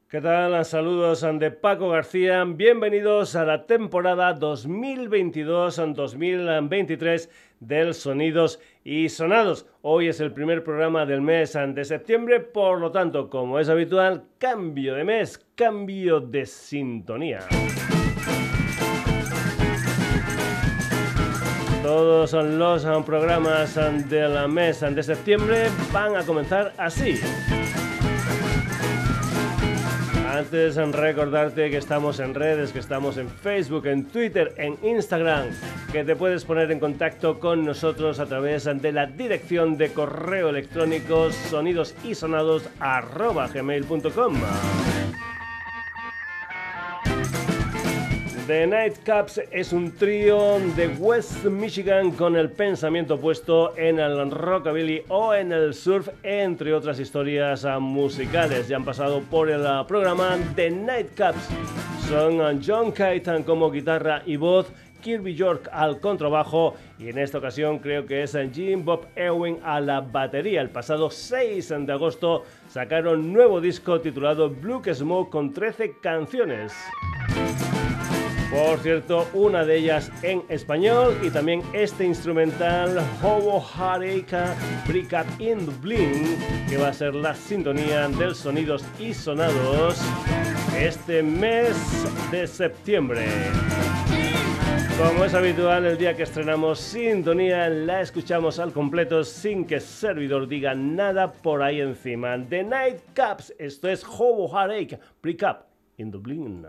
¿Qué tal? Saludos de Paco García. Bienvenidos a la temporada 2022-2023 del Sonidos y Sonados. Hoy es el primer programa del mes de septiembre, por lo tanto, como es habitual, cambio de mes, cambio de sintonía. Todos los programas del mes de septiembre van a comenzar así. Antes, recordarte que estamos en redes, que estamos en Facebook, en Twitter, en Instagram, que te puedes poner en contacto con nosotros a través de la dirección de correo electrónico sonidosysonados@gmail.com. The Nightcaps es un trío de West Michigan con el pensamiento puesto en el rockabilly o en el surf, entre otras historias musicales. Ya han pasado por el programa The Nightcaps. Son John Kaitan como guitarra y voz, Kirby York al contrabajo y en esta ocasión creo que es Jim Bob Ewing a la batería. El pasado 6 de agosto sacaron nuevo disco titulado Blue Smoke con 13 canciones. Por cierto, una de ellas en español y también este instrumental Hobo Heartache Break Up in Dublin, que va a ser la sintonía del Sonidos y Sonados este mes de septiembre. Como es habitual, el día que estrenamos sintonía la escuchamos al completo sin que el servidor diga nada por ahí encima. The Nightcaps, esto es Hobo Heartache Break Up in Dublin.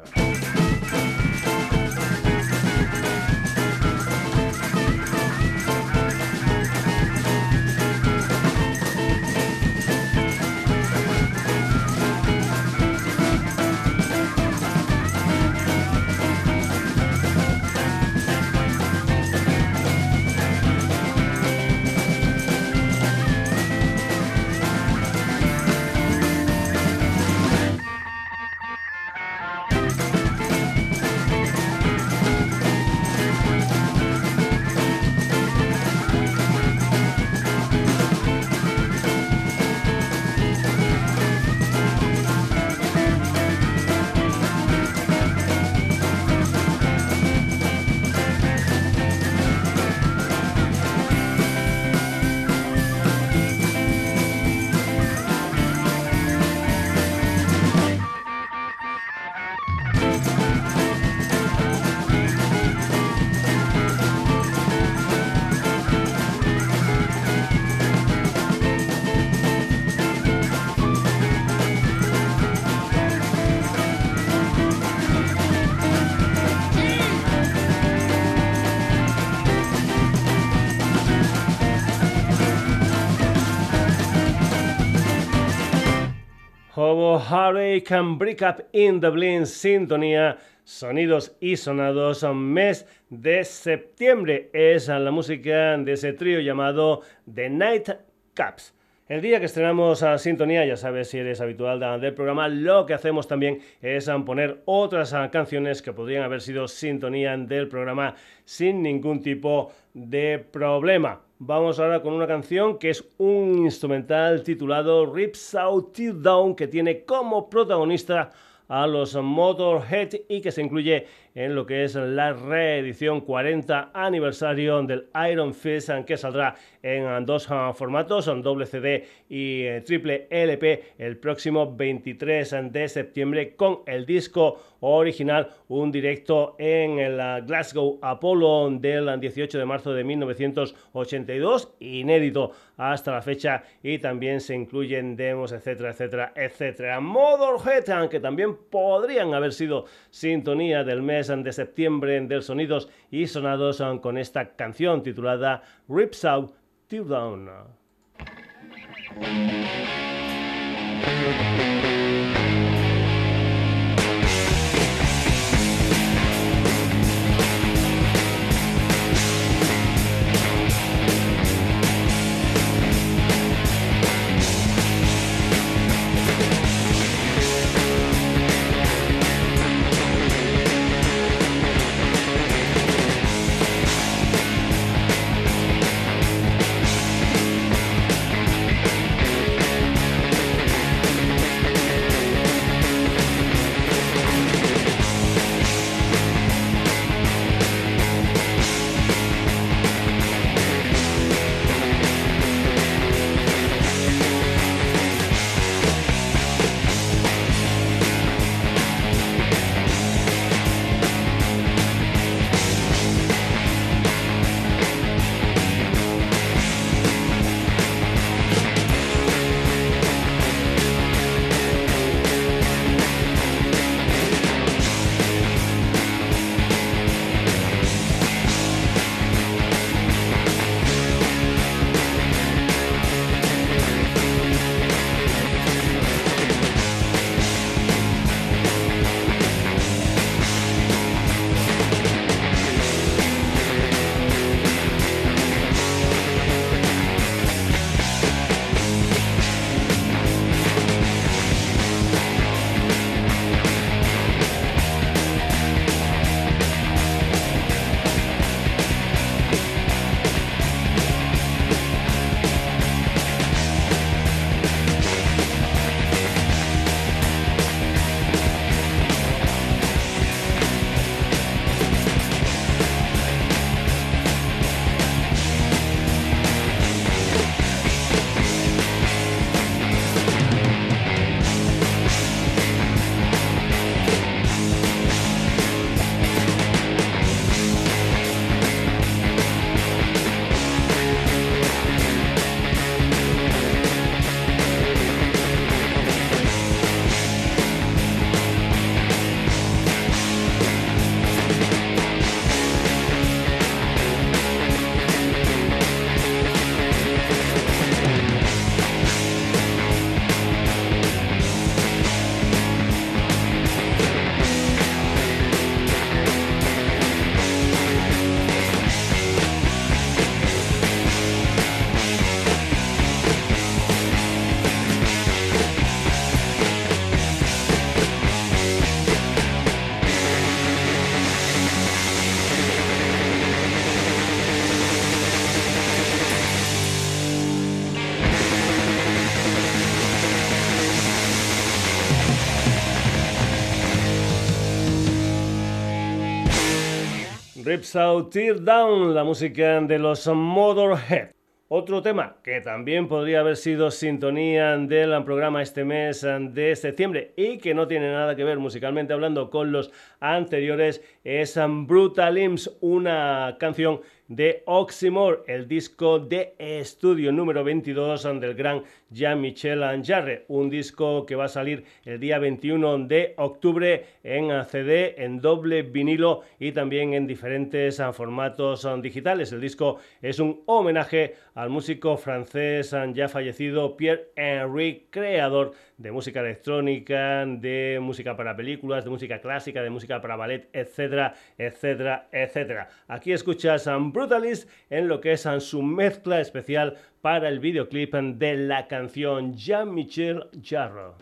Hobo Heartache and Break Up in Dublin, sintonía, sonidos y sonados, mes de septiembre. Es la música de ese trío llamado The Nightcaps. El día que estrenamos a Sintonía, ya sabes si eres habitual del programa, lo que hacemos también es poner otras canciones que podrían haber sido sintonía del programa sin ningún tipo de problema. Vamos ahora con una canción que es un instrumental titulado Rips Out Till Dawn, que tiene como protagonista a los Motorhead y que se incluye en lo que es la reedición 40 aniversario del Iron Fist, que saldrá en dos formatos, en doble CD y triple LP el próximo 23 de septiembre con el disco original, un directo en el Glasgow Apollo del 18 de marzo de 1982, inédito hasta la fecha, y también se incluyen demos, etcétera, etcétera, etcétera. Motorhead, aunque también podrían haber sido sintonía del mes de septiembre del Sonidos y Sonados con esta canción titulada Rips Out Till Dawn. Rips Out, Tear Down, la música de los Motorhead. Otro tema que también podría haber sido sintonía del programa este mes de septiembre y que no tiene nada que ver musicalmente hablando con los anteriores es Brutal Limbs, una canción de Oxymore, el disco de estudio número 22 del gran Jean-Michel Jarre, un disco que va a salir el día 21 de octubre en CD, en doble vinilo y también en diferentes formatos digitales. El disco es un homenaje al músico francés ya fallecido Pierre-Henry, creador de música electrónica, de música para películas, de música clásica, de música para ballet, etcétera, etcétera, etcétera. Aquí escuchas Brutalist en lo que es su mezcla especial para el videoclip de la canción Jean-Michel Jarre.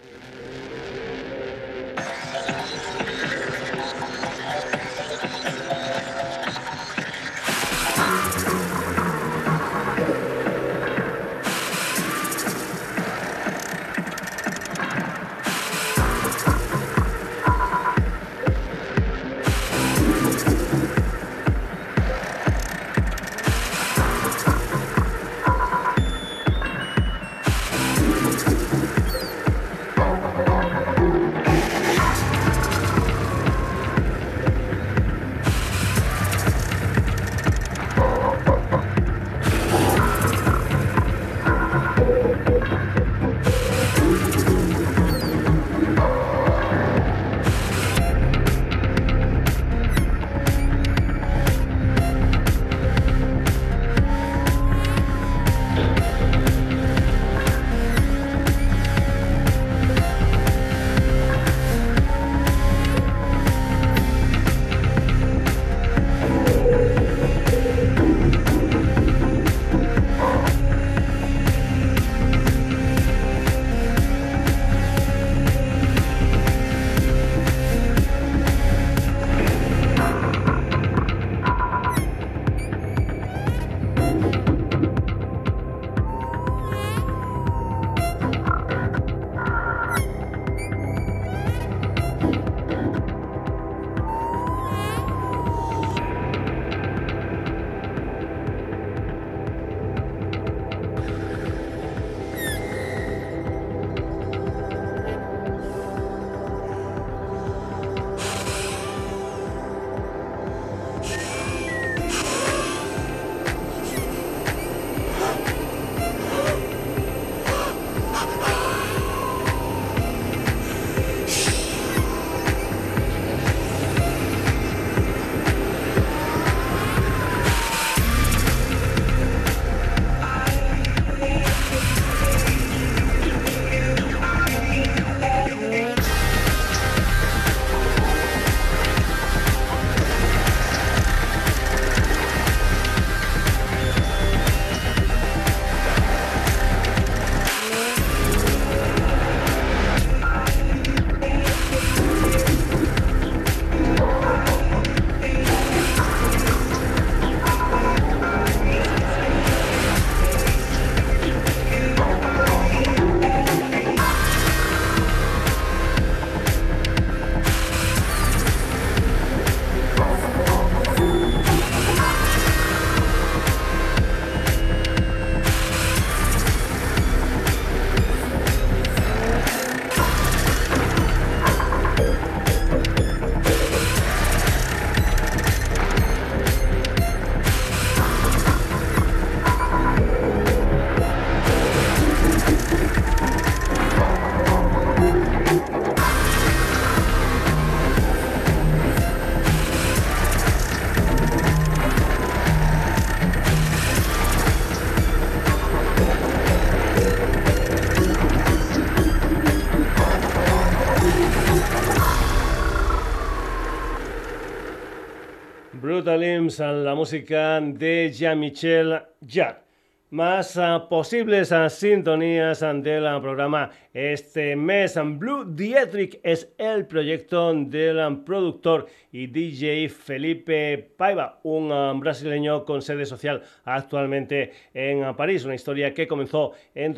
Brutal Limbs, la música de Jean-Michel Jarre. Más posibles sintonías del programa este mes. Blue Dietrich es el proyecto del productor y DJ Felipe Paiva, un brasileño con sede social actualmente en París. Una historia que comenzó en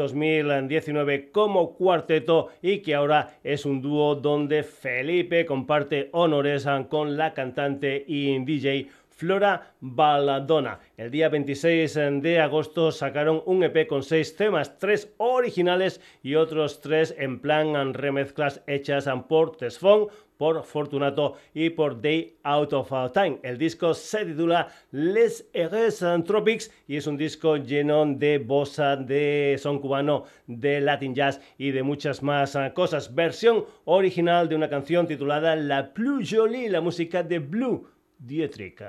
2019 como cuarteto y que ahora es un dúo donde Felipe comparte honores con la cantante y DJ Flora Balladona. El día 26 de agosto sacaron un EP con 6 temas, 3 originales y otros 3 en plan remezclas hechas por Tesfon, por Fortunato y por Day Out of Time. El disco se titula Les Heures Tropics y es un disco lleno de bossa, de son cubano, de Latin jazz y de muchas más cosas. Versión original de una canción titulada La Plus Jolie, la música de Blue Dietrich.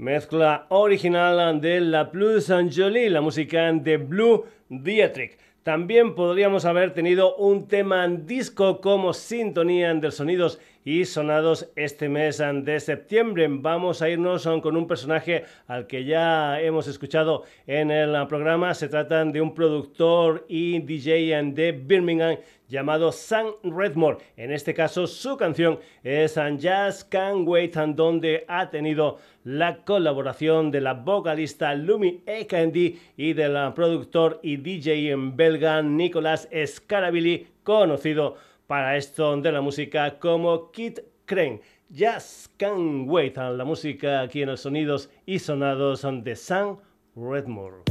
mezcla original de La Plus Jolie, la música de Blue Dietrich. También podríamos haber tenido un tema en disco como sintonía de sonidos y sonados este mes de septiembre. Vamos a irnos con un personaje al que ya hemos escuchado en el programa. Se trata de un productor y DJ de Birmingham llamado Sam Redmore. En este caso su canción es Just Can't Wait, donde ha tenido la colaboración de la vocalista Lumi Ekandi y del productor y DJ belga Nicolas Scarabili, conocido para esto de la música como Kid Crane. Just Can't Wait, la música aquí en los sonidos y sonados de Sam Redmore.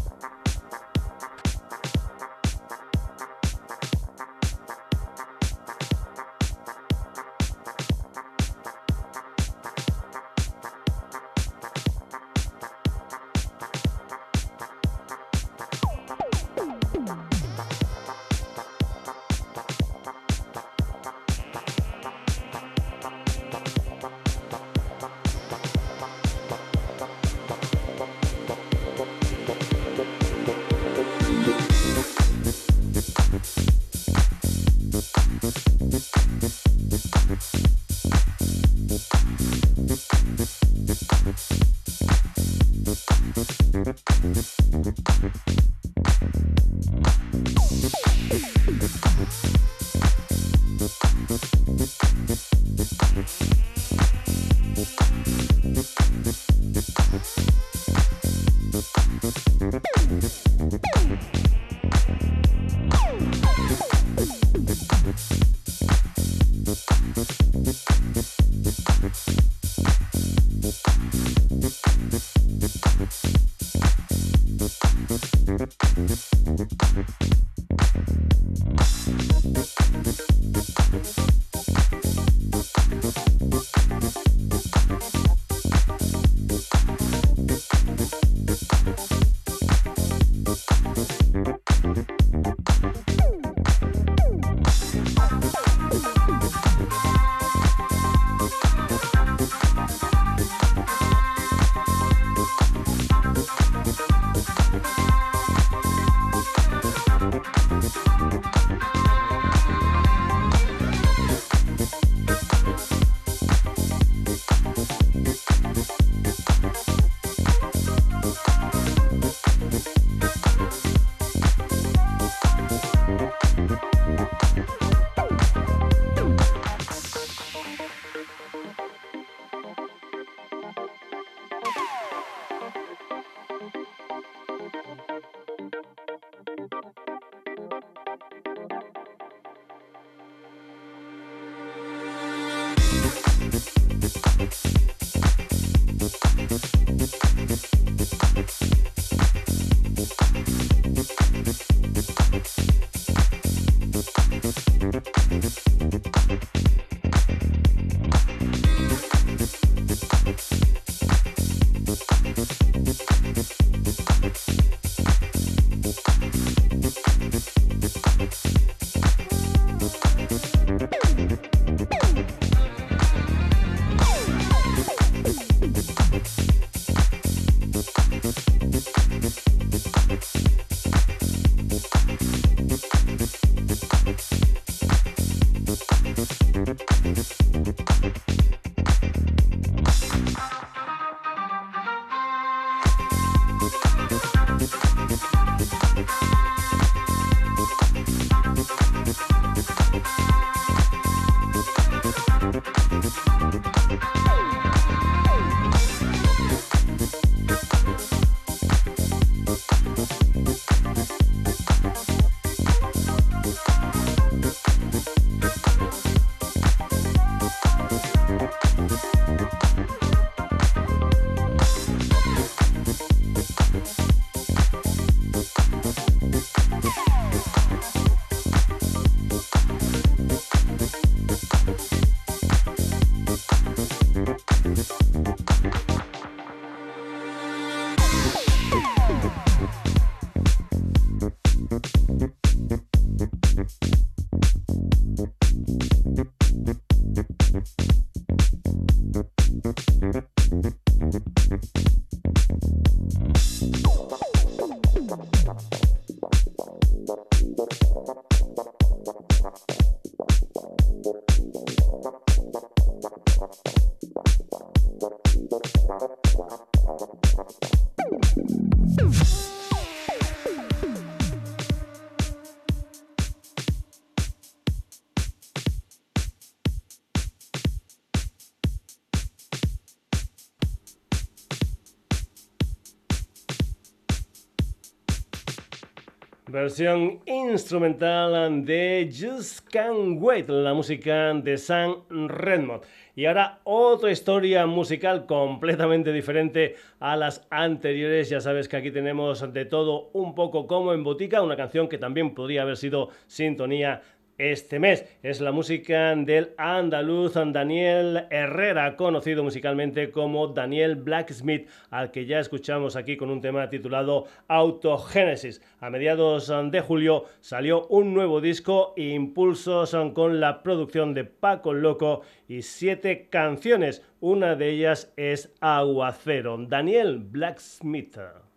Versión instrumental de Just Can't Wait, la música de Sam Redmond. Y ahora otra historia musical completamente diferente a las anteriores. Ya sabes que aquí tenemos de todo un poco como en botica, una canción que también podría haber sido sintonía este mes. Es la música del andaluz Daniel Herrera, conocido musicalmente como Daniel Blacksmith, al que ya escuchamos aquí con un tema titulado Autogénesis. A mediados de julio salió un nuevo disco, impulsos con la producción de Paco Loco y 7 canciones. Una de ellas es Aguacero. Daniel Blacksmith.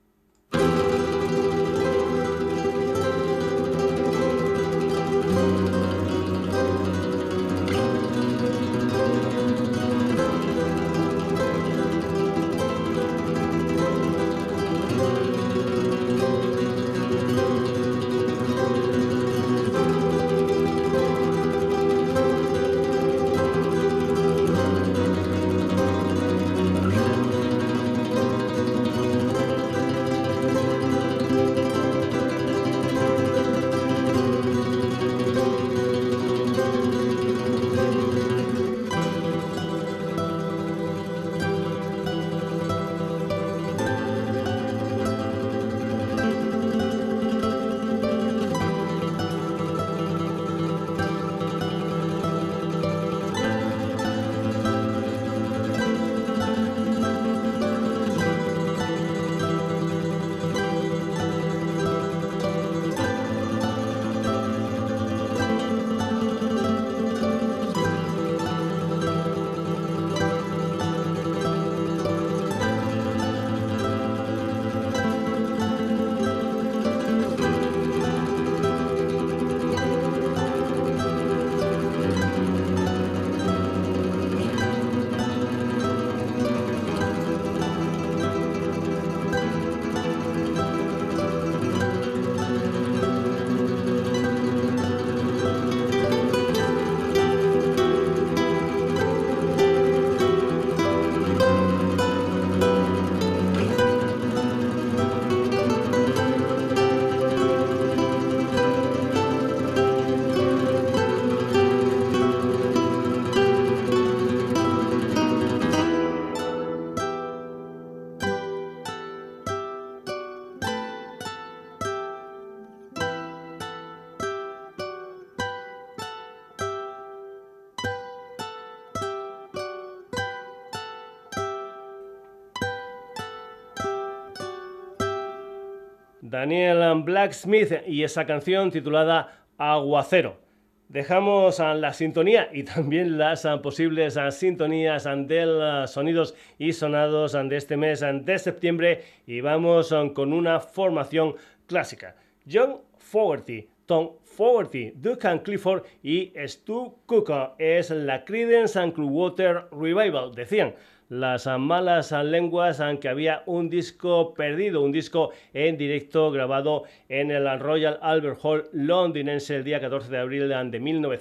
Daniel Blacksmith y esa canción titulada Aguacero. Dejamos la sintonía y también las posibles sintonías del sonidos y sonados de este mes de septiembre y vamos con una formación clásica. John Fogerty, Tom Fogerty, Duncan Clifford y Stu Cook es la Creedence Clearwater Revival. Decían las malas lenguas que había un disco perdido, un disco en directo grabado en el Royal Albert Hall londinense el día 14 de abril de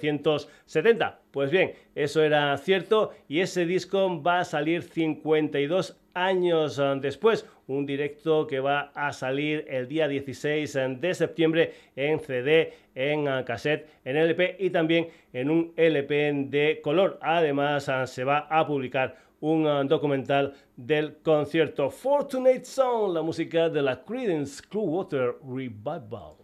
1970. Pues bien, eso era cierto y ese disco va a salir 52 años después, un directo que va a salir el día 16 de septiembre en CD, en cassette, en LP y también en un LP de color. Además, se va a publicar un documental del concierto. Fortunate Son, la música de la Creedence Clearwater Revival.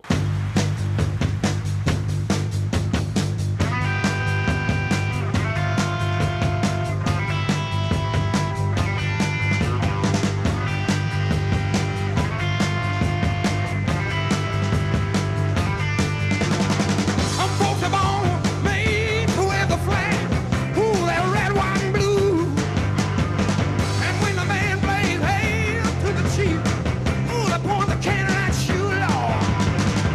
Ooh, I point the cannon at you, Lord.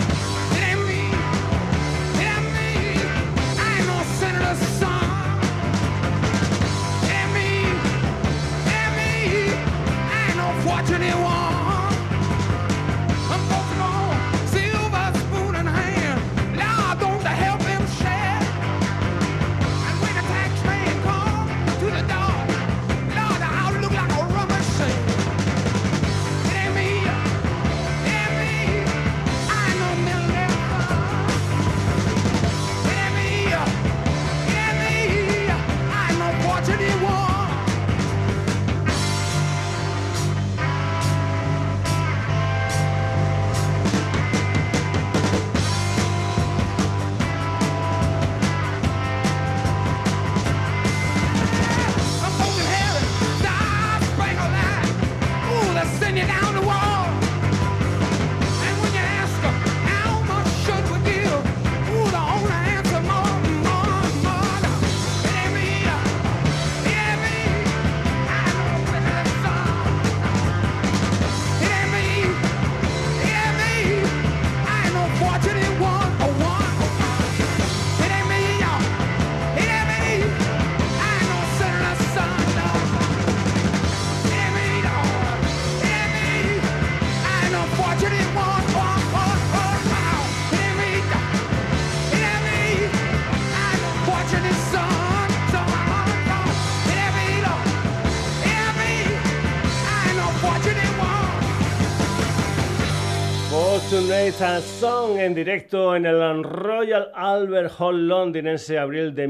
Fortunate Son en directo en el Royal Albert Hall londinense, abril de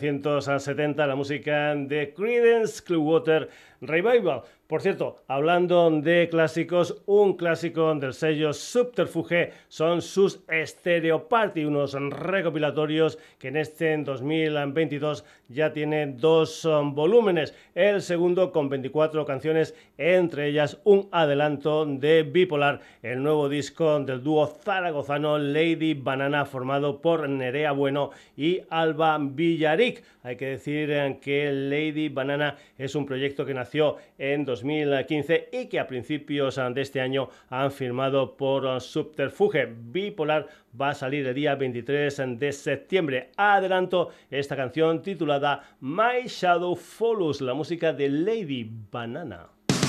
1970, la música de Creedence Clearwater Revival. Por cierto, hablando de clásicos, un clásico del sello Subterfuge son sus Stereo Party, unos recopilatorios que en este 2022 ya tiene 2 volúmenes. El segundo con 24 canciones, entre ellas un adelanto de Bipolar, el nuevo disco del dúo zaragozano Lady Banana, formado por Nerea Bueno y Alba Villaric. Hay que decir que Lady Banana es un proyecto que nació en 2015 y que a principios de este año han firmado por Subterfuge. Bipolar va a salir el día 23 de septiembre. Adelanto esta canción titulada My Shadow Follows, la música de Lady Banana.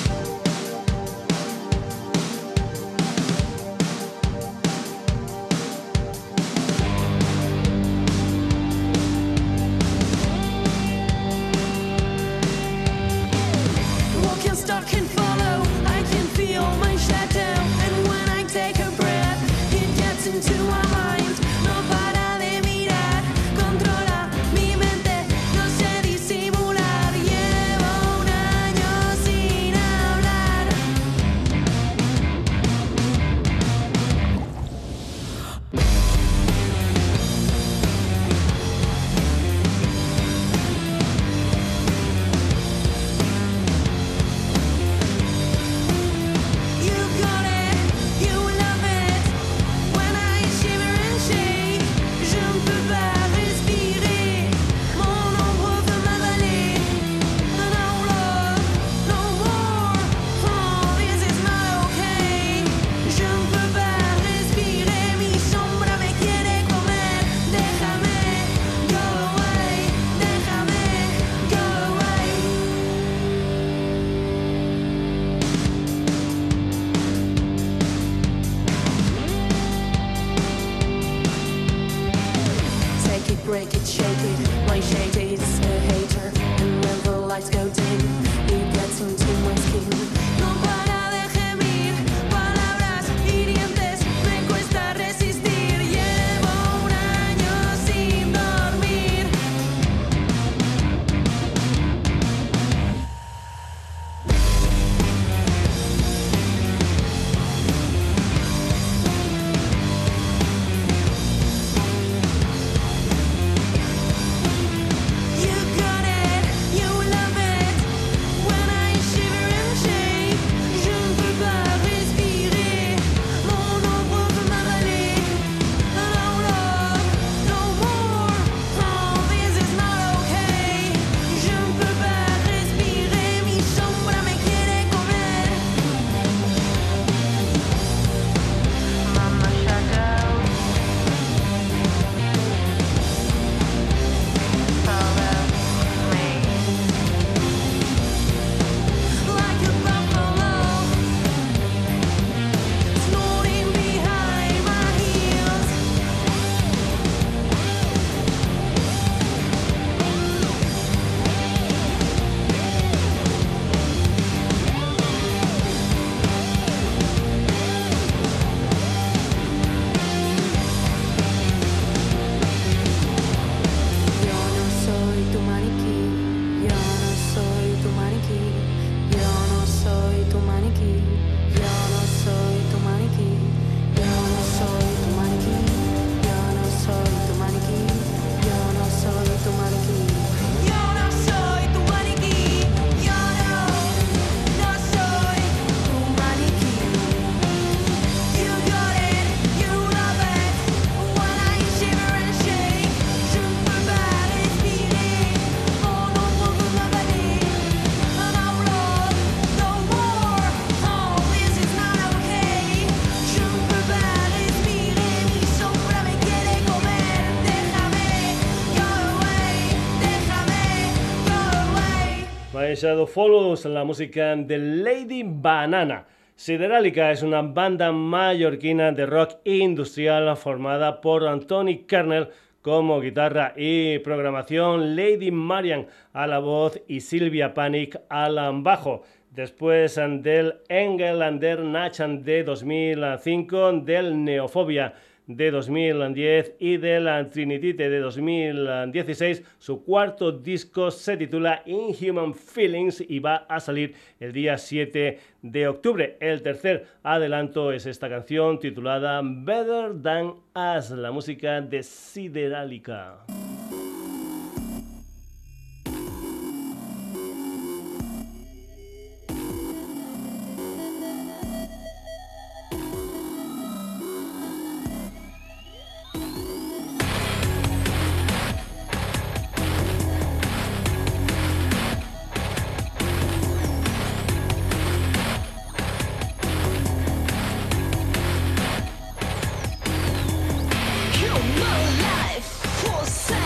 Can follow, I can feel my shadow, and when I take a breath, it gets into my mind. No para de mirar, controla mi mente, no sé disimular. Llevo un año sin My Shadow Follows, la música de Lady Banana. Siderálica es una banda mallorquina de rock industrial formada por Tony Kernel como guitarra y programación, Lady Marian a la voz y Silvia Panic al bajo. Después del Engel der Nach de 2005, del Neofobia de 2010 y del Trinitite de 2016, su cuarto disco se titula Inhuman Feelings y va a salir el día 7 de octubre. El tercer adelanto es esta canción titulada Better Than Us, la música de Siderálica. Human life for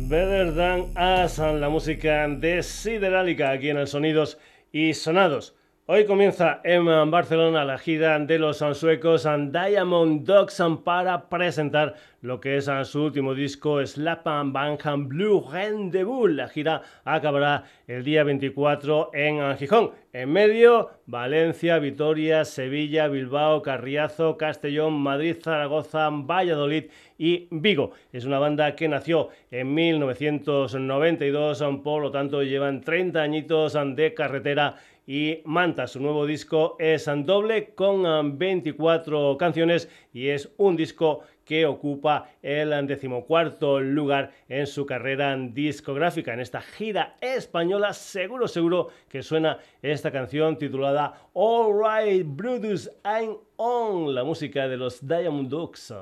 Better Than Us, la música de Siderálica aquí en el Sonidos y Sonados. Hoy comienza en Barcelona la gira de los suecos Diamond Dogs para presentar lo que es su último disco, Slap Bang Blue Rendezvous. La gira acabará el día 24 en Gijón. En medio, Valencia, Vitoria, Sevilla, Bilbao, Carriazo, Castellón, Madrid, Zaragoza, Valladolid y Vigo. Es una banda que nació en 1992, por lo tanto llevan 30 añitos de carretera y manta. Su nuevo disco es doble con 24 canciones y es un disco que ocupa el 14º lugar en su carrera discográfica. En esta gira española seguro que suena esta canción titulada All Right Brutus I'm On, la música de los Diamond Dogs.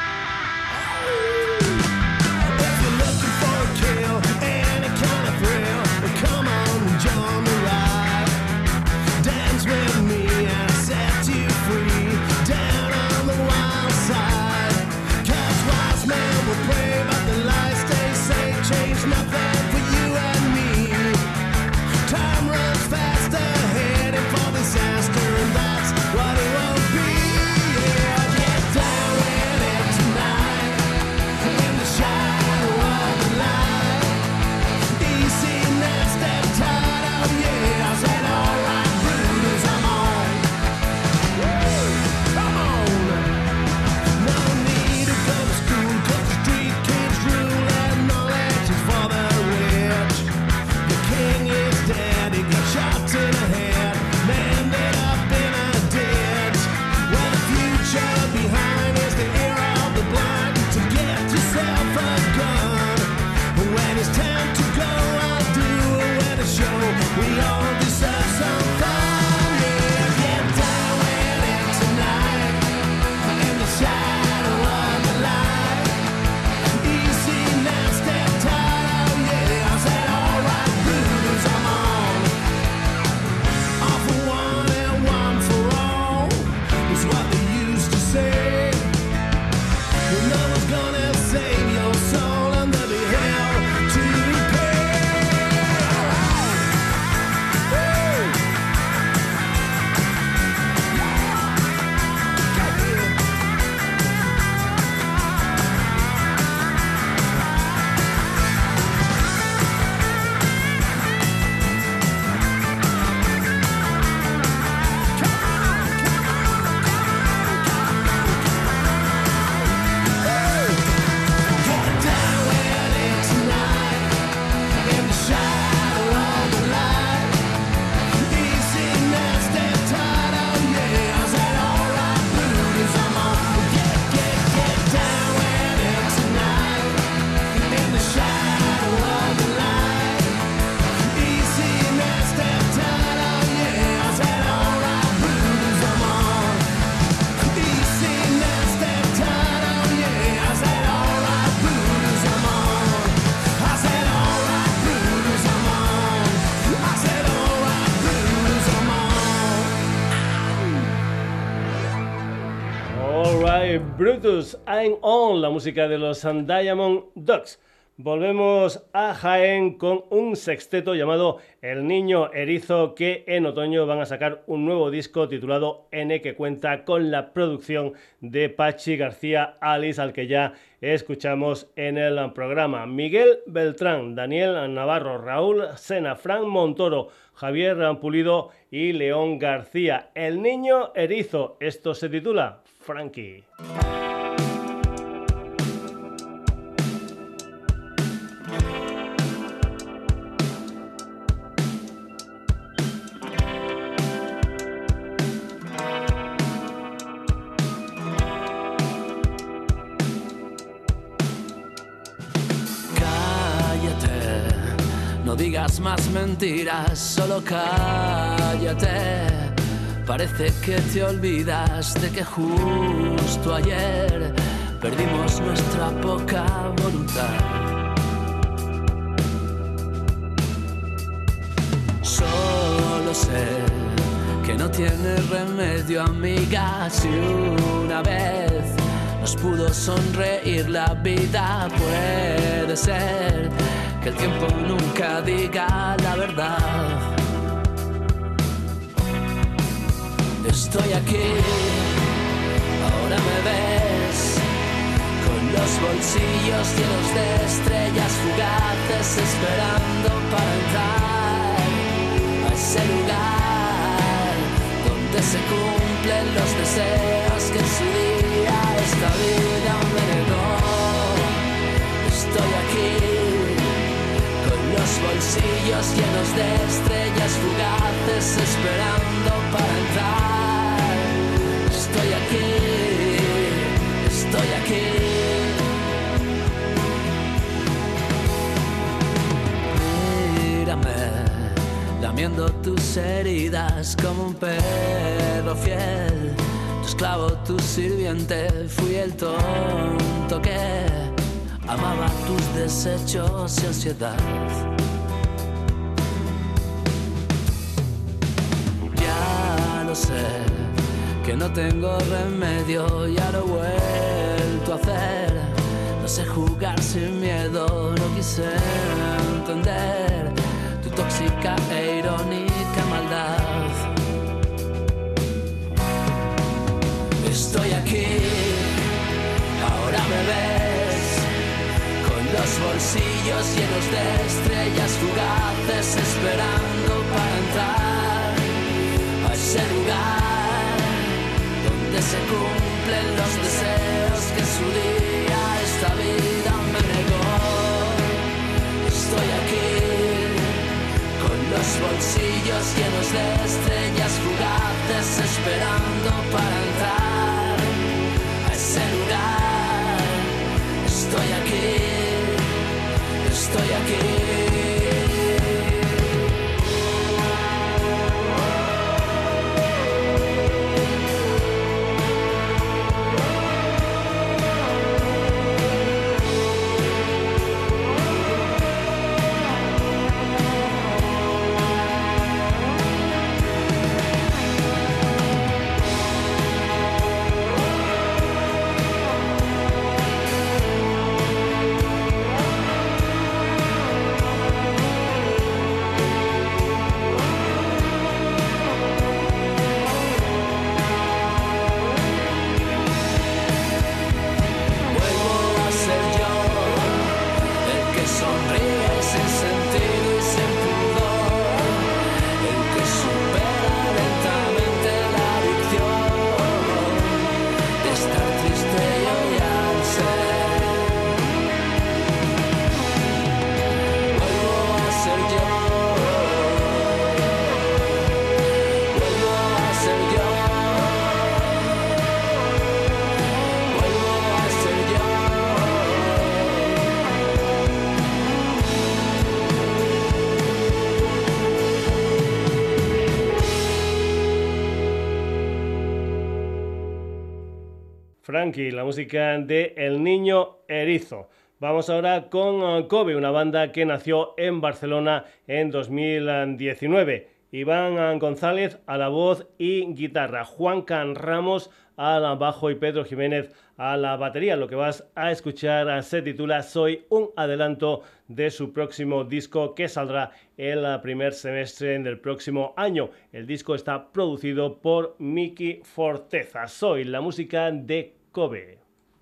Brutus I'm On, la música de los Diamond Dogs. Volvemos a Jaén con un sexteto llamado El Niño Erizo, que en otoño van a sacar un nuevo disco titulado N, que cuenta con la producción de Pachi García Alice, al que ya escuchamos en el programa. Miguel Beltrán, Daniel Navarro, Raúl Sena, Fran Montoro, Javier Pulido y León García. El Niño Erizo, esto se titula Frankie. No digas más mentiras, solo cállate. Parece que te olvidas de que justo ayer perdimos nuestra poca voluntad. Solo sé que no tiene remedio, amiga. Si una vez nos pudo sonreír la vida. Puede ser que el tiempo nunca diga la verdad. Estoy aquí, ahora me ves, con los bolsillos llenos de estrellas fugaces, esperando para entrar a ese lugar donde se cumplen los deseos que en su día esta vida me negó. Estoy aquí, con los bolsillos llenos de estrellas fugaces, esperando para entrar. Estoy aquí, estoy aquí. Mírame, lamiendo tus heridas como un perro fiel. Tu esclavo, tu sirviente, fui el tonto que amaba tus desechos y ansiedad. Ya lo sé, que no tengo remedio, ya lo he vuelto a hacer. No sé jugar sin miedo, no quise entender tu tóxica e irónica maldad. Estoy aquí, ahora me ves, con los bolsillos llenos de estrellas fugaces, esperando para entrar a ese lugar donde se cumplen los deseos que en su día esta vida me negó. Estoy aquí, con los bolsillos llenos de estrellas fugaces, esperando para entrar a ese lugar. Estoy aquí, estoy aquí. Frankie, la música de El Niño Erizo. Vamos ahora con Kobe, una banda que nació en Barcelona en 2019. Iván González a la voz y guitarra, Juan Can Ramos a la bajo y Pedro Jiménez a la batería. Lo que vas a escuchar se titula Soy, un adelanto de su próximo disco que saldrá el primer semestre del próximo año. El disco está producido por Miki Forteza. Soy, la música de Kobe.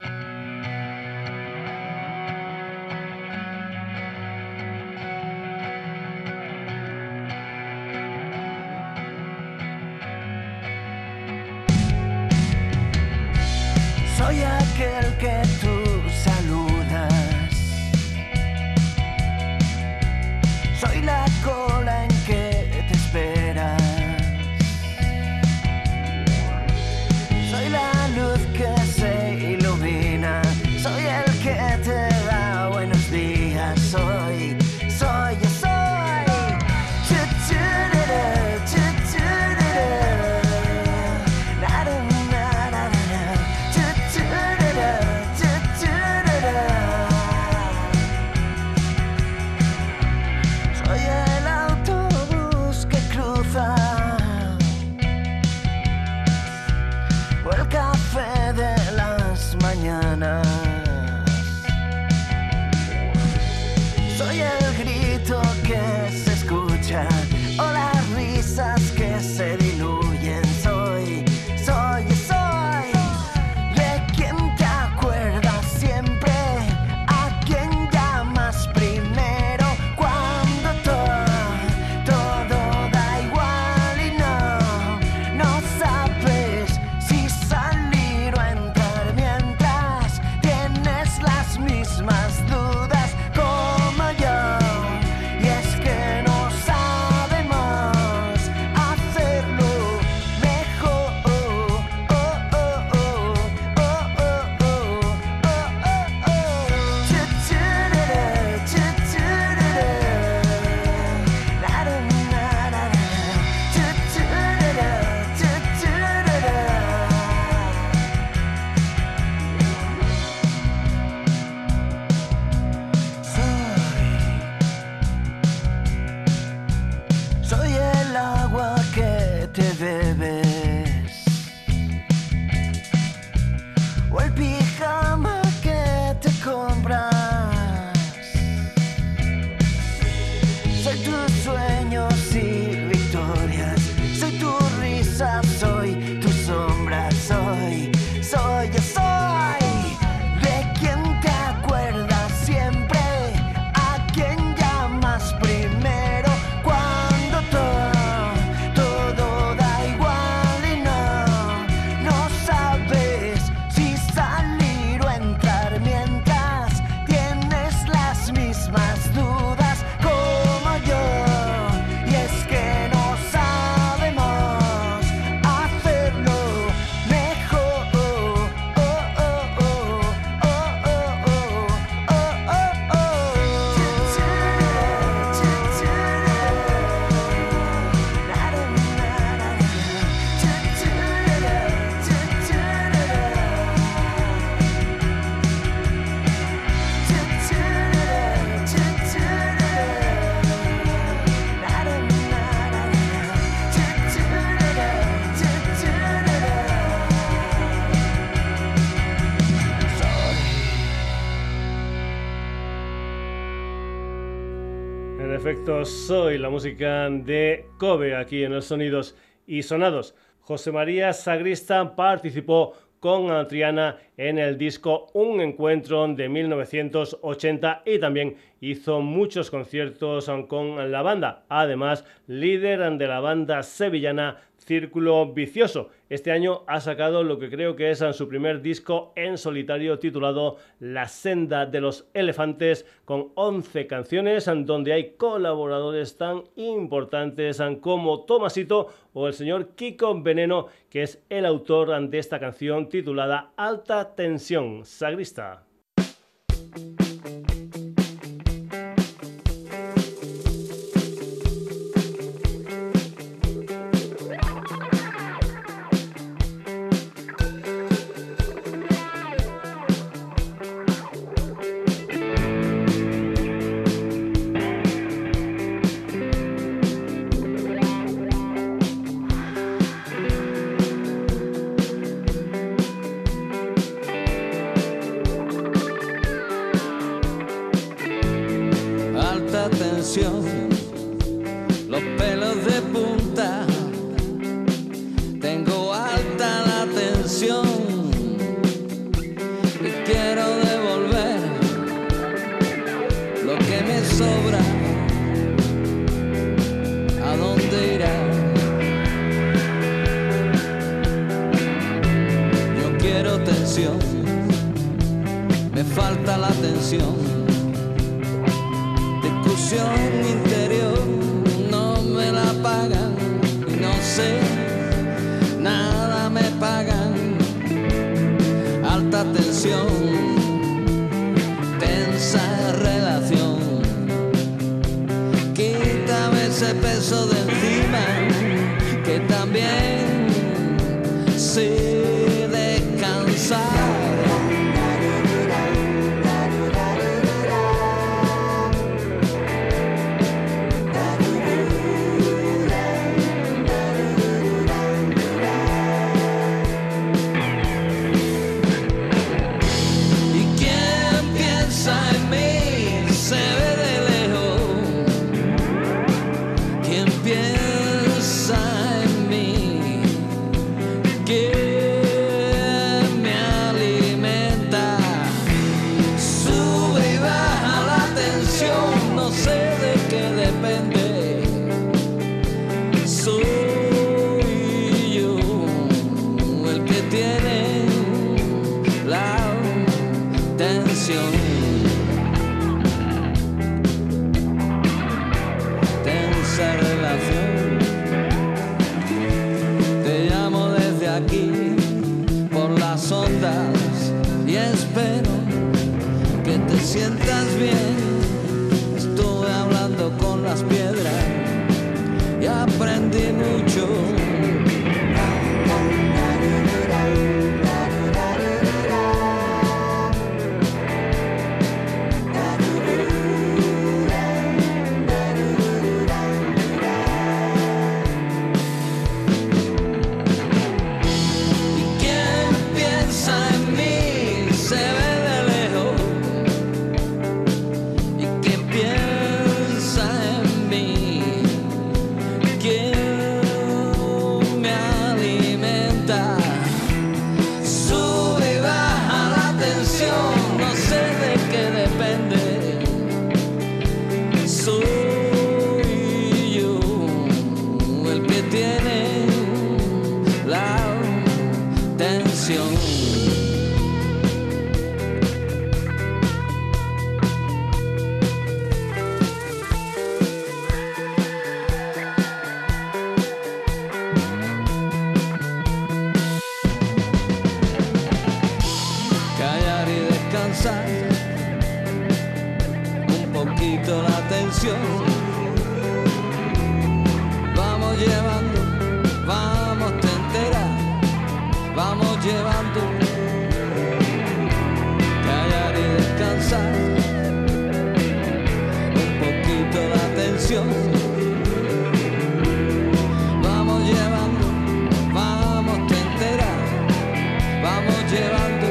Soy aquel que tú saludas. Soy la cola en que te esperas. Soy la luz que se ilumina. Soy el que te da buenos días. Soy, yo soy. tormenta o las risas que se diluyen. Soy de quien te acuerdas siempre, a quien llamas primero cuando todo da igual y no sabes si salir o entrar mientras tienes las mismas dudas como yo. Y es que no sabemos hacerlo mejor. Soy el agua que te bebes o el pijama que te compras. Soy tus sueños y victorias, soy tu risa, soy tu sombra, yo soy de quien te acuerdas siempre, a quien llamas primero cuando todo da igual y no sabes si salir o entrar mientras tienes las mismas dudas como yo. Y es que no sabemos hacerlo mejor. En efecto, soy la música de Kobe aquí en los Sonidos y Sonados. José María Sagrista participó con Triana en el disco Un Encuentro de 1980 y también hizo muchos conciertos con la banda. Además, líder de la banda sevillana Círculo Vicioso. Este año ha sacado lo que creo que es su primer disco en solitario titulado La Senda de los Elefantes, con 11 canciones donde hay colaboradores tan importantes como Tomasito o el señor Kiko Veneno, que es el autor de esta canción titulada Alta Tensión. Sagrista. Los pelos de punta, tengo alta la tensión y quiero devolver lo que me sobra. ¿A dónde irá? Yo quiero tensión, me falta la tensión. Interior no me la pagan y no sé, nada me pagan. Alta tensión, tensa relación, quítame ese peso de encima que también sé descansar. piensa en mí, que me alimenta, sube y baja la tensión, no sé de qué depende, soy yo el que tiene la tensión. Tensa relación, te llamo desde aquí por las ondas y espero que te sientas bien. Estuve hablando con las piedras y aprendí mucho. Vamos llevando, vamos te enteras, vamos llevando, callar y descansar, un poquito la atención. Vamos llevando, vamos te enteras, vamos llevando.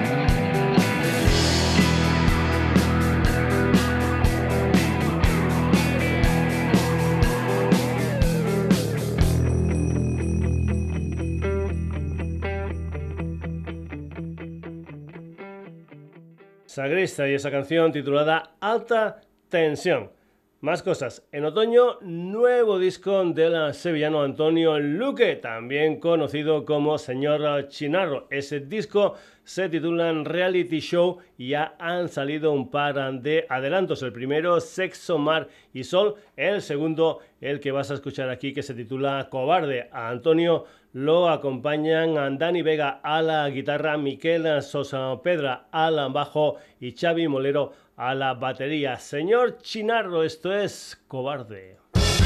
Sagrista y esa canción titulada Alta Tensión. Más cosas. En otoño, nuevo disco del sevillano Antonio Luque, también conocido como Señor Chinarro. Ese disco se titula Reality Show y ya han salido un par de adelantos. El primero, Sexo, Mar y Sol. El segundo, el que vas a escuchar aquí, que se titula Cobarde. A Antonio lo acompañan a Dani Vega a la guitarra, Miquel Sosa Pedra al bajo y Xavi Molero a la batería. Señor Chinarro, esto es Cobarde.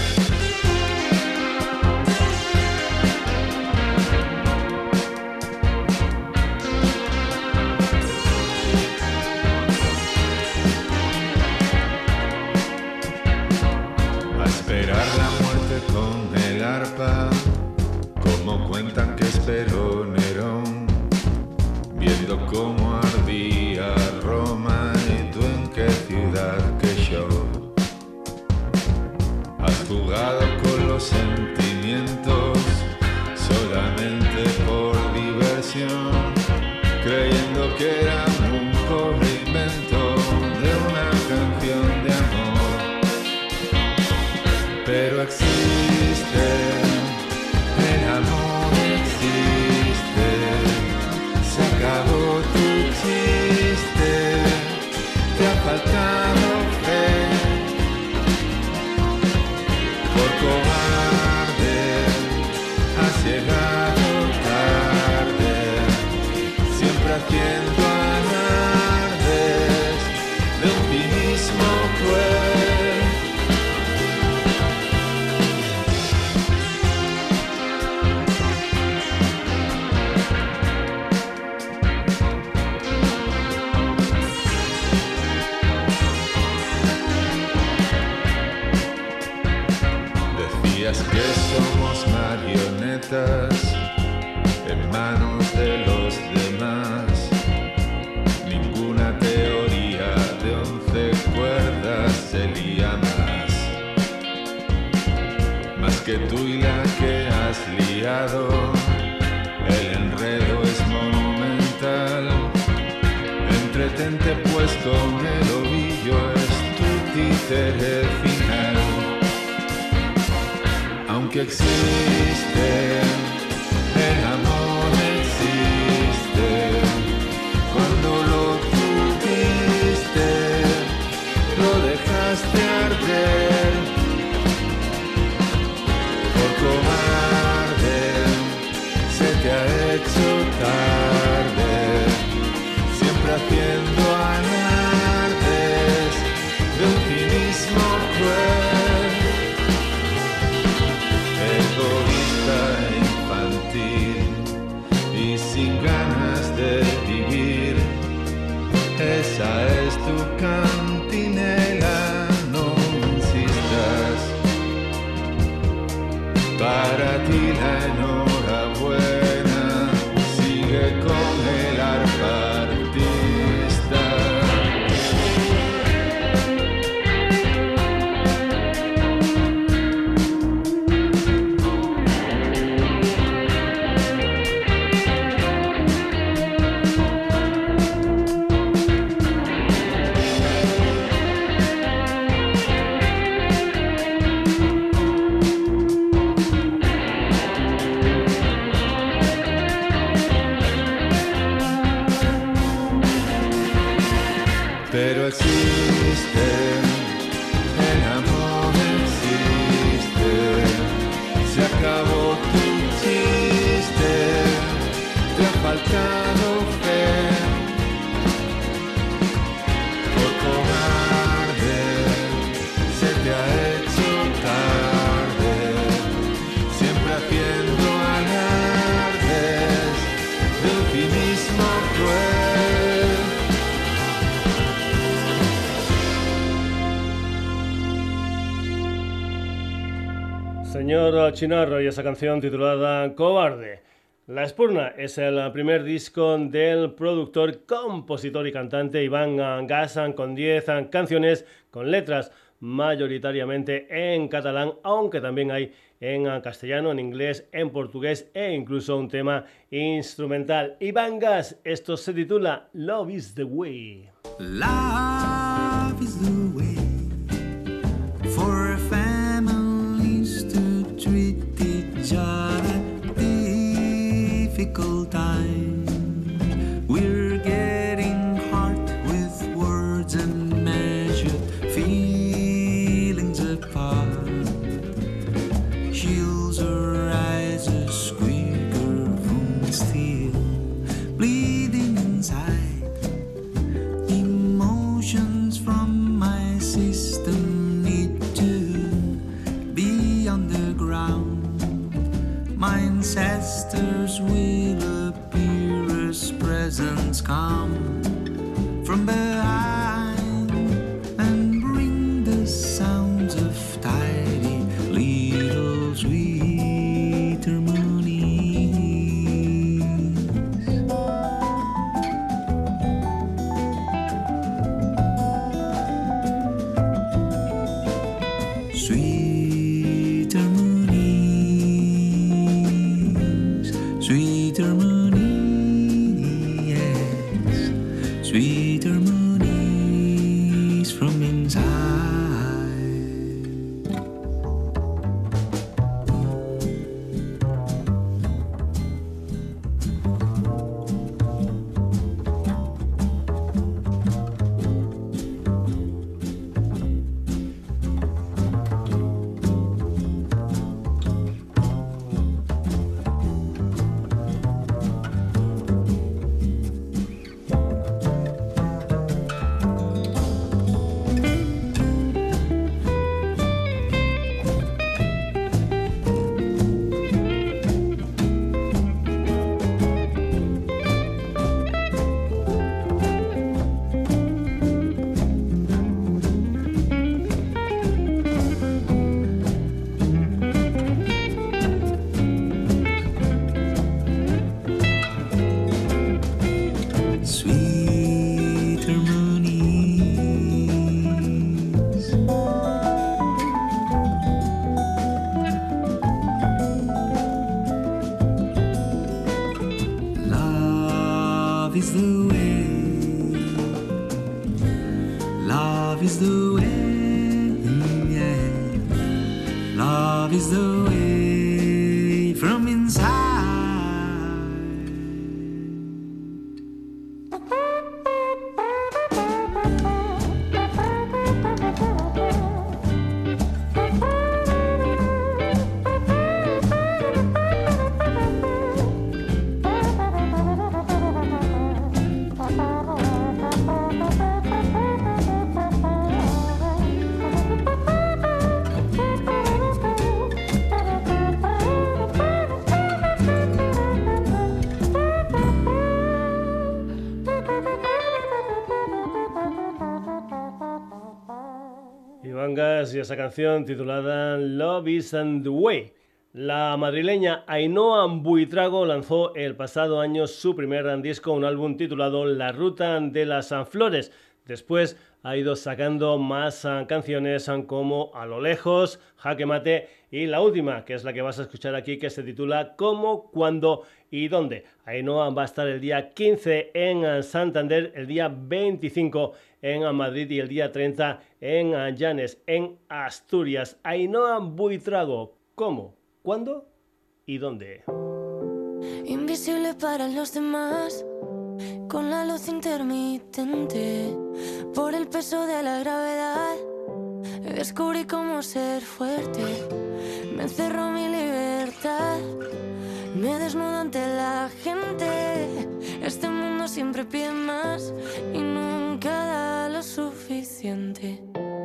A esperar la muerte con el arpa, como cuentan que esperó Nerón, viendo cómo ardía Roma y tú en qué ciudad, qué show. Has jugado con los sentimientos solamente por diversión, creyendo que era un pobre invento de una canción de amor. Pero existe, el amor existe, se acabó tu chiste, te ha faltado fe, por cobarde has llegado tarde, siempre haciendo alardes de optimismo cruel. Que somos marionetas en manos de los demás, ninguna teoría de 11 cuerdas se lía más más que tú y la que has liado. El enredo es monumental. Entretente pues con el ovillo, es tu títere final. Aunque existe, el amor existe. Cuando lo tuviste, lo dejaste arder. Por cobarde, se te ha hecho tarde. Siempre haciendo alardes de un cinismo cruel. Egoísta e infantil y sin ganas de vivir. Esa es tu cantinela, no insistas. Para ti la enhorabuena, sigue con el arpa artista. Pero existe, el amor existe. Se acabó tu chiste, te ha faltado fe. Por cobarde, se te ha hecho tarde. Siempre haciendo alardes de un cinismo cruel. Señor Chinarro y esa canción titulada Cobarde. La Espurna es el primer disco del productor, compositor y cantante Iván Gasan, con 10 canciones con letras mayoritariamente en catalán, aunque también hay en castellano, en inglés, en portugués e incluso un tema instrumental. Iván Gas, esto se titula Love is the Way. Love is the way for families to treat each other difficult times. We're getting hard with words and measured feelings apart. Shields arises quicker from steel, bleeding inside. Emotions from my system need to be underground. My ancestors will appear as presents come from behind and bring the sounds of tidy little sweet harmonies. Sweet harmonies, sweet harmonies, yes. is the way. Love is the way, yeah. Love is the way from inside. Y esa canción titulada Love is the Way. La madrileña Ainhoa Buitrago lanzó el pasado año su primer disco, un álbum titulado La Ruta de las Flores. Después ha ido sacando más canciones como A lo lejos, Jaque Mate y la última, que es la que vas a escuchar aquí, que se titula Cómo, Cuándo y Dónde. Ainhoa va a estar el día 15 en Santander, el día 25 en Madrid y el día 30 en Llanes, en Asturias. Ainhoa Buitrago, ¿cómo, cuándo y dónde? Invisible para los demás, con la luz intermitente, por el peso de la gravedad, descubrí cómo ser fuerte. Me encerró mi libertad, me desnudo ante la gente. Este mundo siempre pide más y nunca da lo suficiente.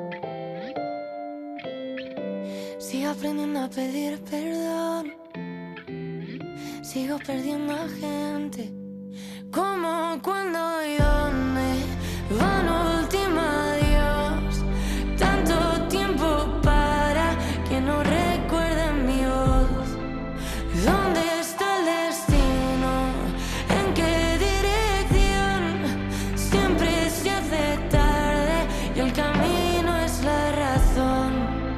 Sigo aprendiendo a pedir perdón, sigo perdiendo a gente. ¿Cómo, cuándo y dónde va un último adiós? Tanto tiempo para que no recuerden mi voz. ¿Dónde está el destino? ¿En qué dirección? Siempre se hace tarde y el camino es la razón.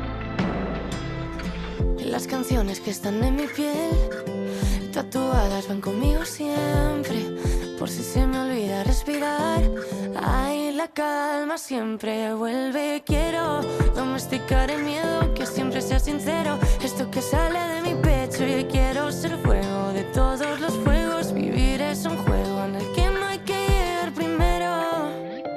Las canciones que están en mi piel tatuadas van conmigo siempre, por si se me olvida respirar. Ay, la calma siempre vuelve. Quiero domesticar el miedo, que siempre sea sincero. Esto que sale de mi pecho, y quiero ser fuego de todos los fuegos. Vivir es un juego en el que no hay que llegar primero.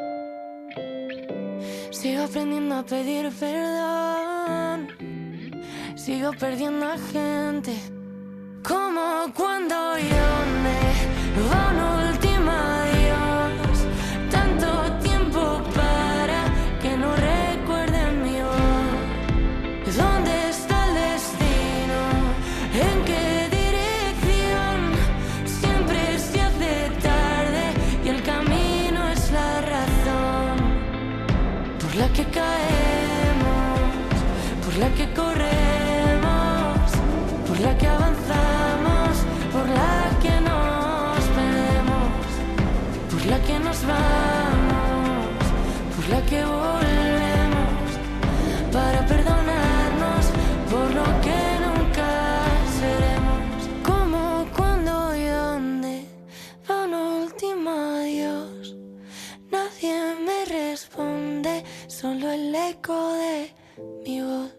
Sigo aprendiendo a pedir perdón, sigo perdiendo a gente. ¿Cómo, cuándo y dónde va un último adiós? Tanto tiempo para que no recuerden mi voz. ¿Dónde está el destino? ¿En qué dirección? Siempre se hace tarde y el camino es la razón por la que caemos, por la que corremos, por la que avanzamos, por la que nos perdemos, por la que nos vamos, por la que volvemos, para perdonarnos por lo que nunca seremos. ¿Cómo, cuándo y dónde va un último adiós? Nadie me responde, solo el eco de mi voz.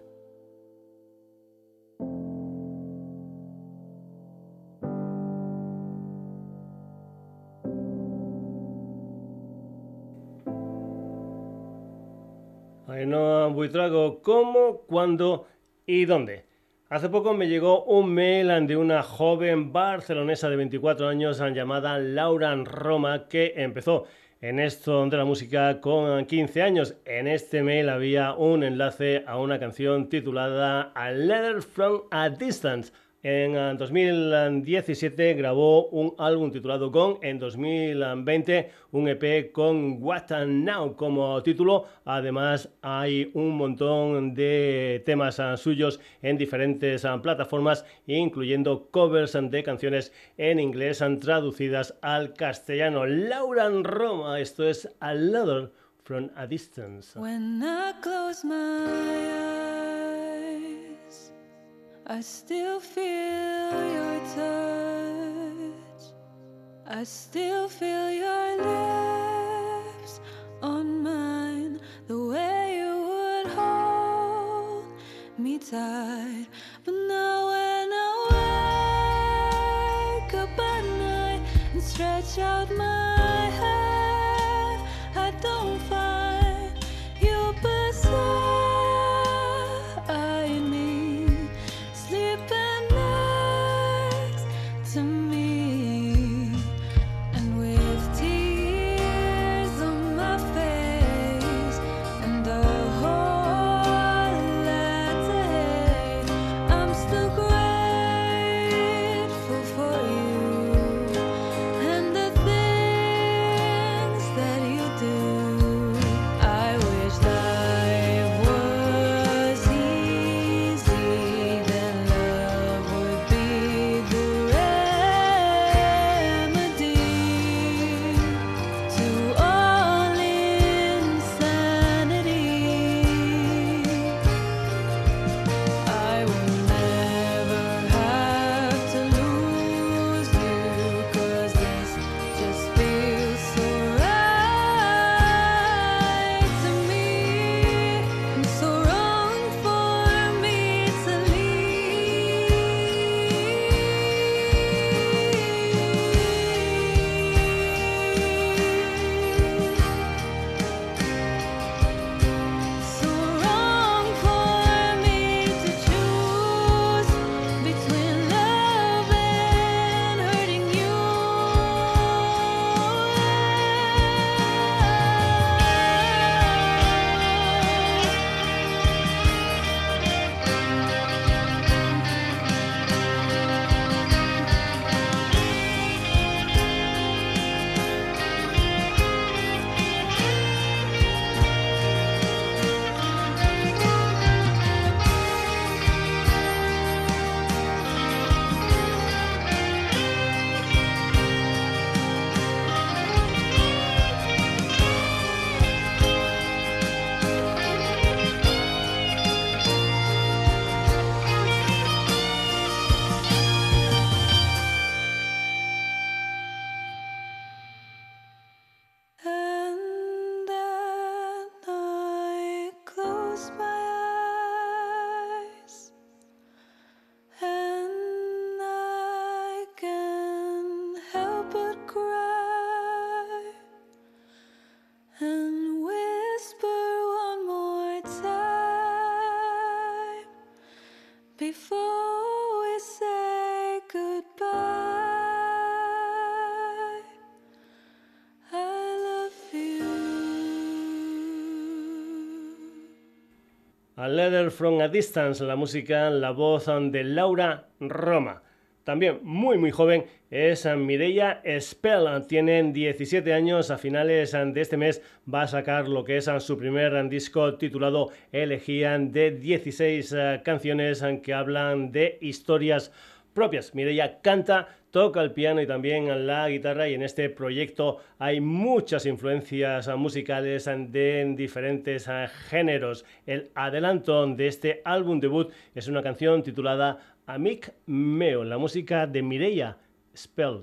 Ainhoa Buitrago, ¿cómo, cuándo y dónde? Hace poco me llegó un mail de una joven barcelonesa de 24 años llamada Laura Roma, que empezó en esto de la música con 15 años. En este mail había un enlace a una canción titulada A Letter from a Distance. En 2017 grabó un álbum titulado Gone, en 2020 un EP con What Now como título. Además hay un montón de temas suyos en diferentes plataformas, incluyendo covers de canciones en inglés traducidas al castellano. Laura Roma, esto es A Letter from a Distance. When I close my eyes, I still feel your touch. I still feel your lips on mine, the way you would hold me tight. But now when I wake up at night and stretch out my head, I don't find you beside me, sleeping next to me, and with tears on my face and a whole lot to hate, I'm still grateful for you and the things that you do. I wish life was easy, then love would be the remedy to all insanity. I will never have to lose you, 'cause this just feels so right to me, and so wrong for me to so wrong for me to choose between love and hurting you. And then I close my eyes, and I can't help but cry and whisper one more time before we say goodbye. I love you. A Letter from a Distance, la música, la voz de Laura Roma. También muy joven es Mireia Spell, tiene 17 años, a finales de este mes va a sacar lo que es su primer disco titulado Elegían, de 16 canciones que hablan de historias propias. Mireia canta, toca el piano y también la guitarra, y en este proyecto hay muchas influencias musicales de diferentes géneros. El adelanto de este álbum debut es una canción titulada Amic Meu, la música de Mireia Spell.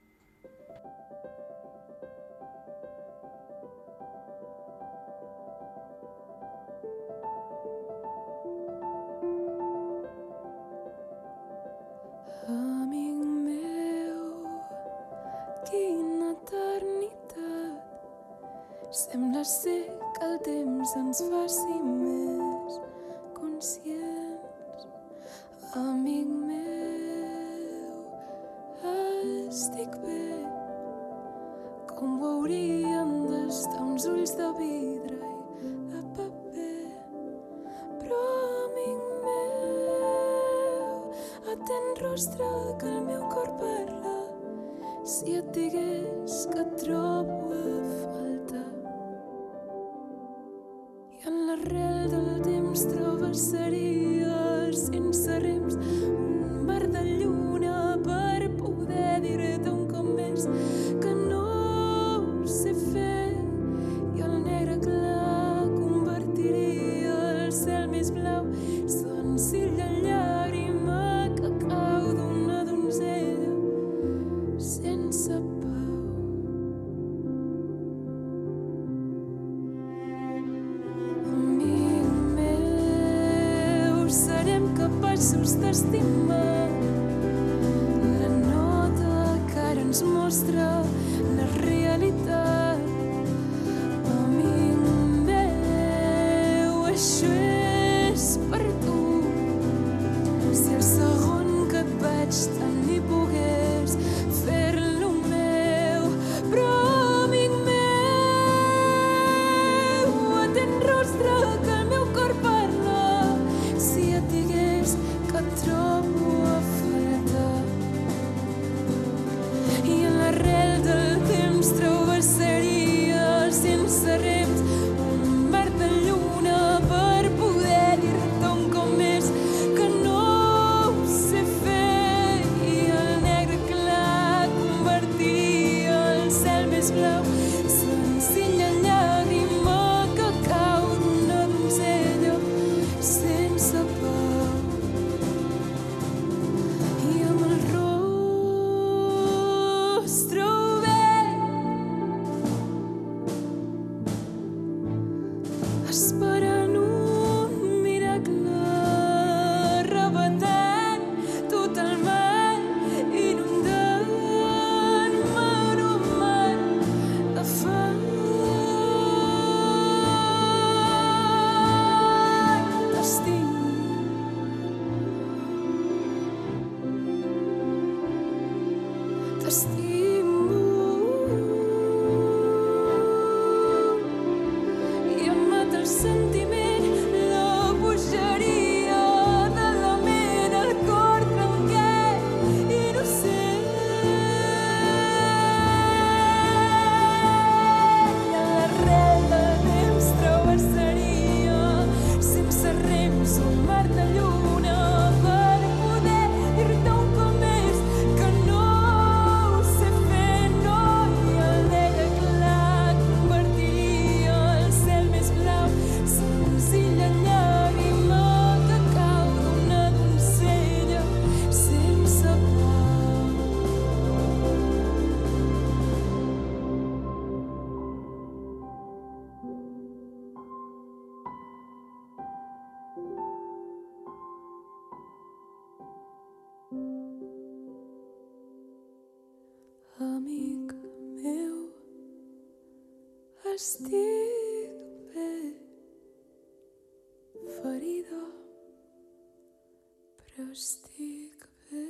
Amic meu, quina eternitat. Sembla ser que el temps ens faci més conscients. Amic meu, estic bé. Com ho haurien d'estar uns ulls de vidre i de paper. Però, amic meu, atén rostre que el meu cor parla. Si et digués que et trobo a faltar. I en l'arrel del temps travessaria sense rems un mar de lluna per poder dir-te un cop més que no ho sé fer. I el negre clar convertiria el cel més blau, senzilla llàgrima que cau d'una donzella sense pa. se'ls t'estima. La nota que ara ens mostra la realitat. Amic meu, això és per tu. Si el segon que et vaig tenir pogués fer-lo meu, però amic meu, atén rostre que el meu cor parla. Si et digués que et trobo a faltar i en l'arrel del temps travessaria sense rems un mar de lluna per poder dir-te un cop més que no ho sé fer i el negre clar convertiria el cel més blau. Senzilla llàgrima que cau d'una donzella sense pau i amb el rostre obert esperant un miracle, arrebatant tot el mal, inundant-me en un mar de fang. T'estimo, i em mata el sentiment, la bogeria de la ment, el cor trencat, innocent. I a l'arrel del temps travessaria sense rems un mar de lluna per poder dir-te un cop més que no ho sé fer, no, i el negre clar convertiria el cel més blau. Senzilla llàgrima que cau d'una donzella sense pau. Amic meu, estic bé, ferida, però estic bé.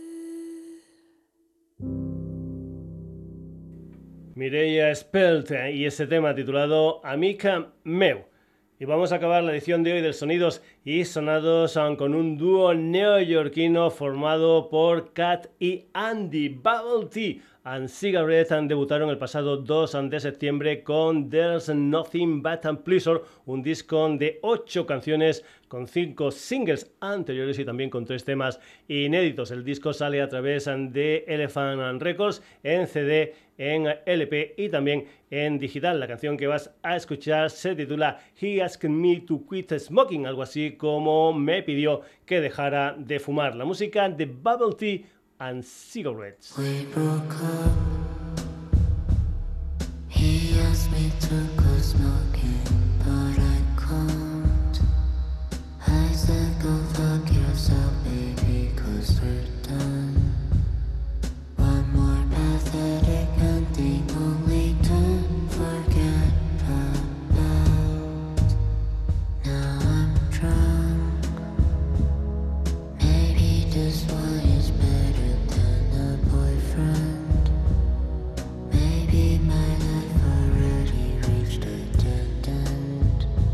Mireia Spelt y ese tema titulado Amica Meu. Y vamos a acabar la edición de hoy del Sonidos y Sonados con un dúo neoyorquino formado por Cat y Andy. Bubble Tea and Cigarette debutaron el pasado 2 de septiembre con There's Nothing But a Pleasure, un disco de 8 canciones con 5 singles anteriores y también con 3 temas inéditos. El disco sale a través de Elephant Records en CD, en LP y también en digital. La canción que vas a escuchar se titula He Asked Me to Quit Smoking, algo así como me pidió que dejara de fumar. La música de Bubble Tea and Cigarettes. We broke up. He asked me to go smoking, but I can't. I said go fuck yourself, baby, 'cause we're done. One more pathetic ending only to forget about. Now I'm drunk. Maybe this one is better than a boyfriend. Maybe my life already reached a dead end.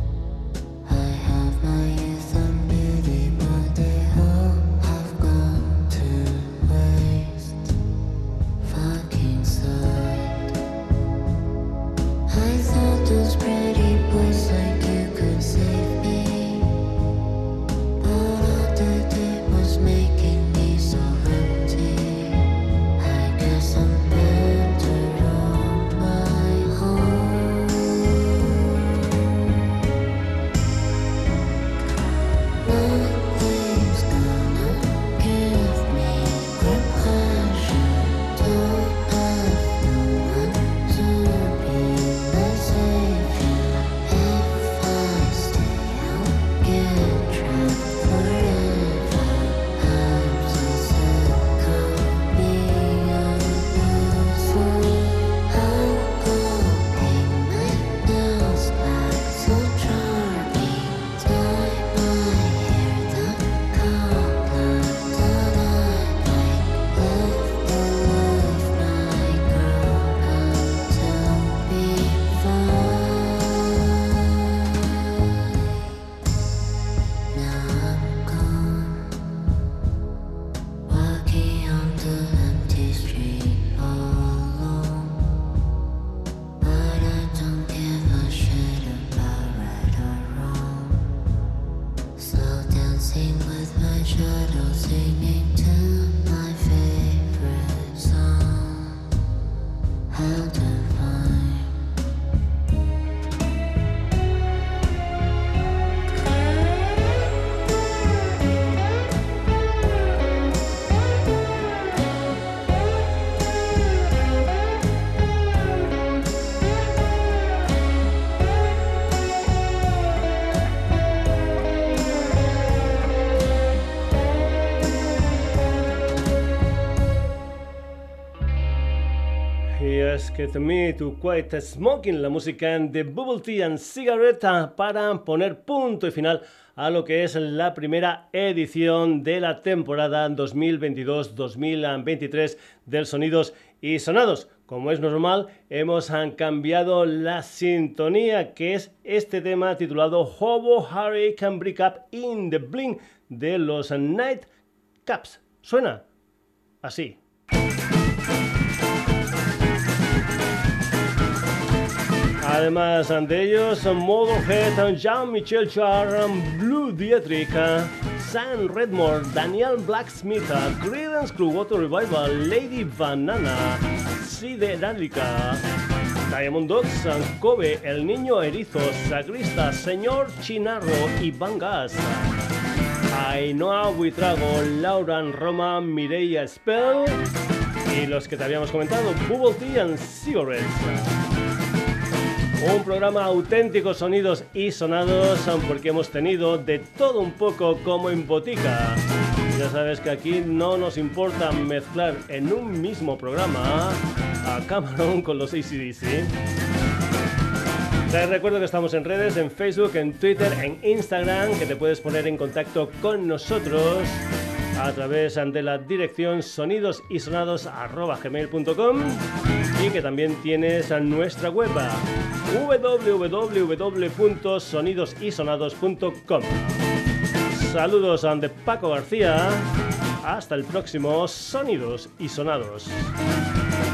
Singing to my favorite song. How divine. Get Me to Quiet Smoking, la música de Bubble Tea and Cigarette para poner punto y final a lo que es la primera edición de la temporada 2022-2023 del Sonidos y Sonados. Como es normal, hemos cambiado la sintonía, que es este tema titulado Hobo Harry Can Break Up in the Blink de los Nightcaps. Suena así. Además de ellos, Motorhead, Jean-Michel Jarre, Blue Dietrich, Sam Redmore, Daniel Blacksmith, Creedence Clearwater Revival, Lady Banana, Sideralica, Diamond Dogs, Kobe, El Niño Erizo, Sagrista, Señor Chinarro y Bangas, Ainhoa Buitrago, Laura Roma, Mireia Spell y los que te habíamos comentado, Bubble Tea and Cigarettes. Un programa auténtico, sonidos y sonados, porque hemos tenido de todo un poco como en botica. Ya sabes que aquí no nos importa mezclar en un mismo programa a Cameron con los AC/DC. Te recuerdo que estamos en redes, en Facebook, en Twitter, en Instagram, que te puedes poner en contacto con nosotros a través de la dirección sonidosysonados@gmail.com y que también tienes a nuestra web www.sonidosysonados.com. Saludos de Paco García. Hasta el próximo Sonidos y Sonados.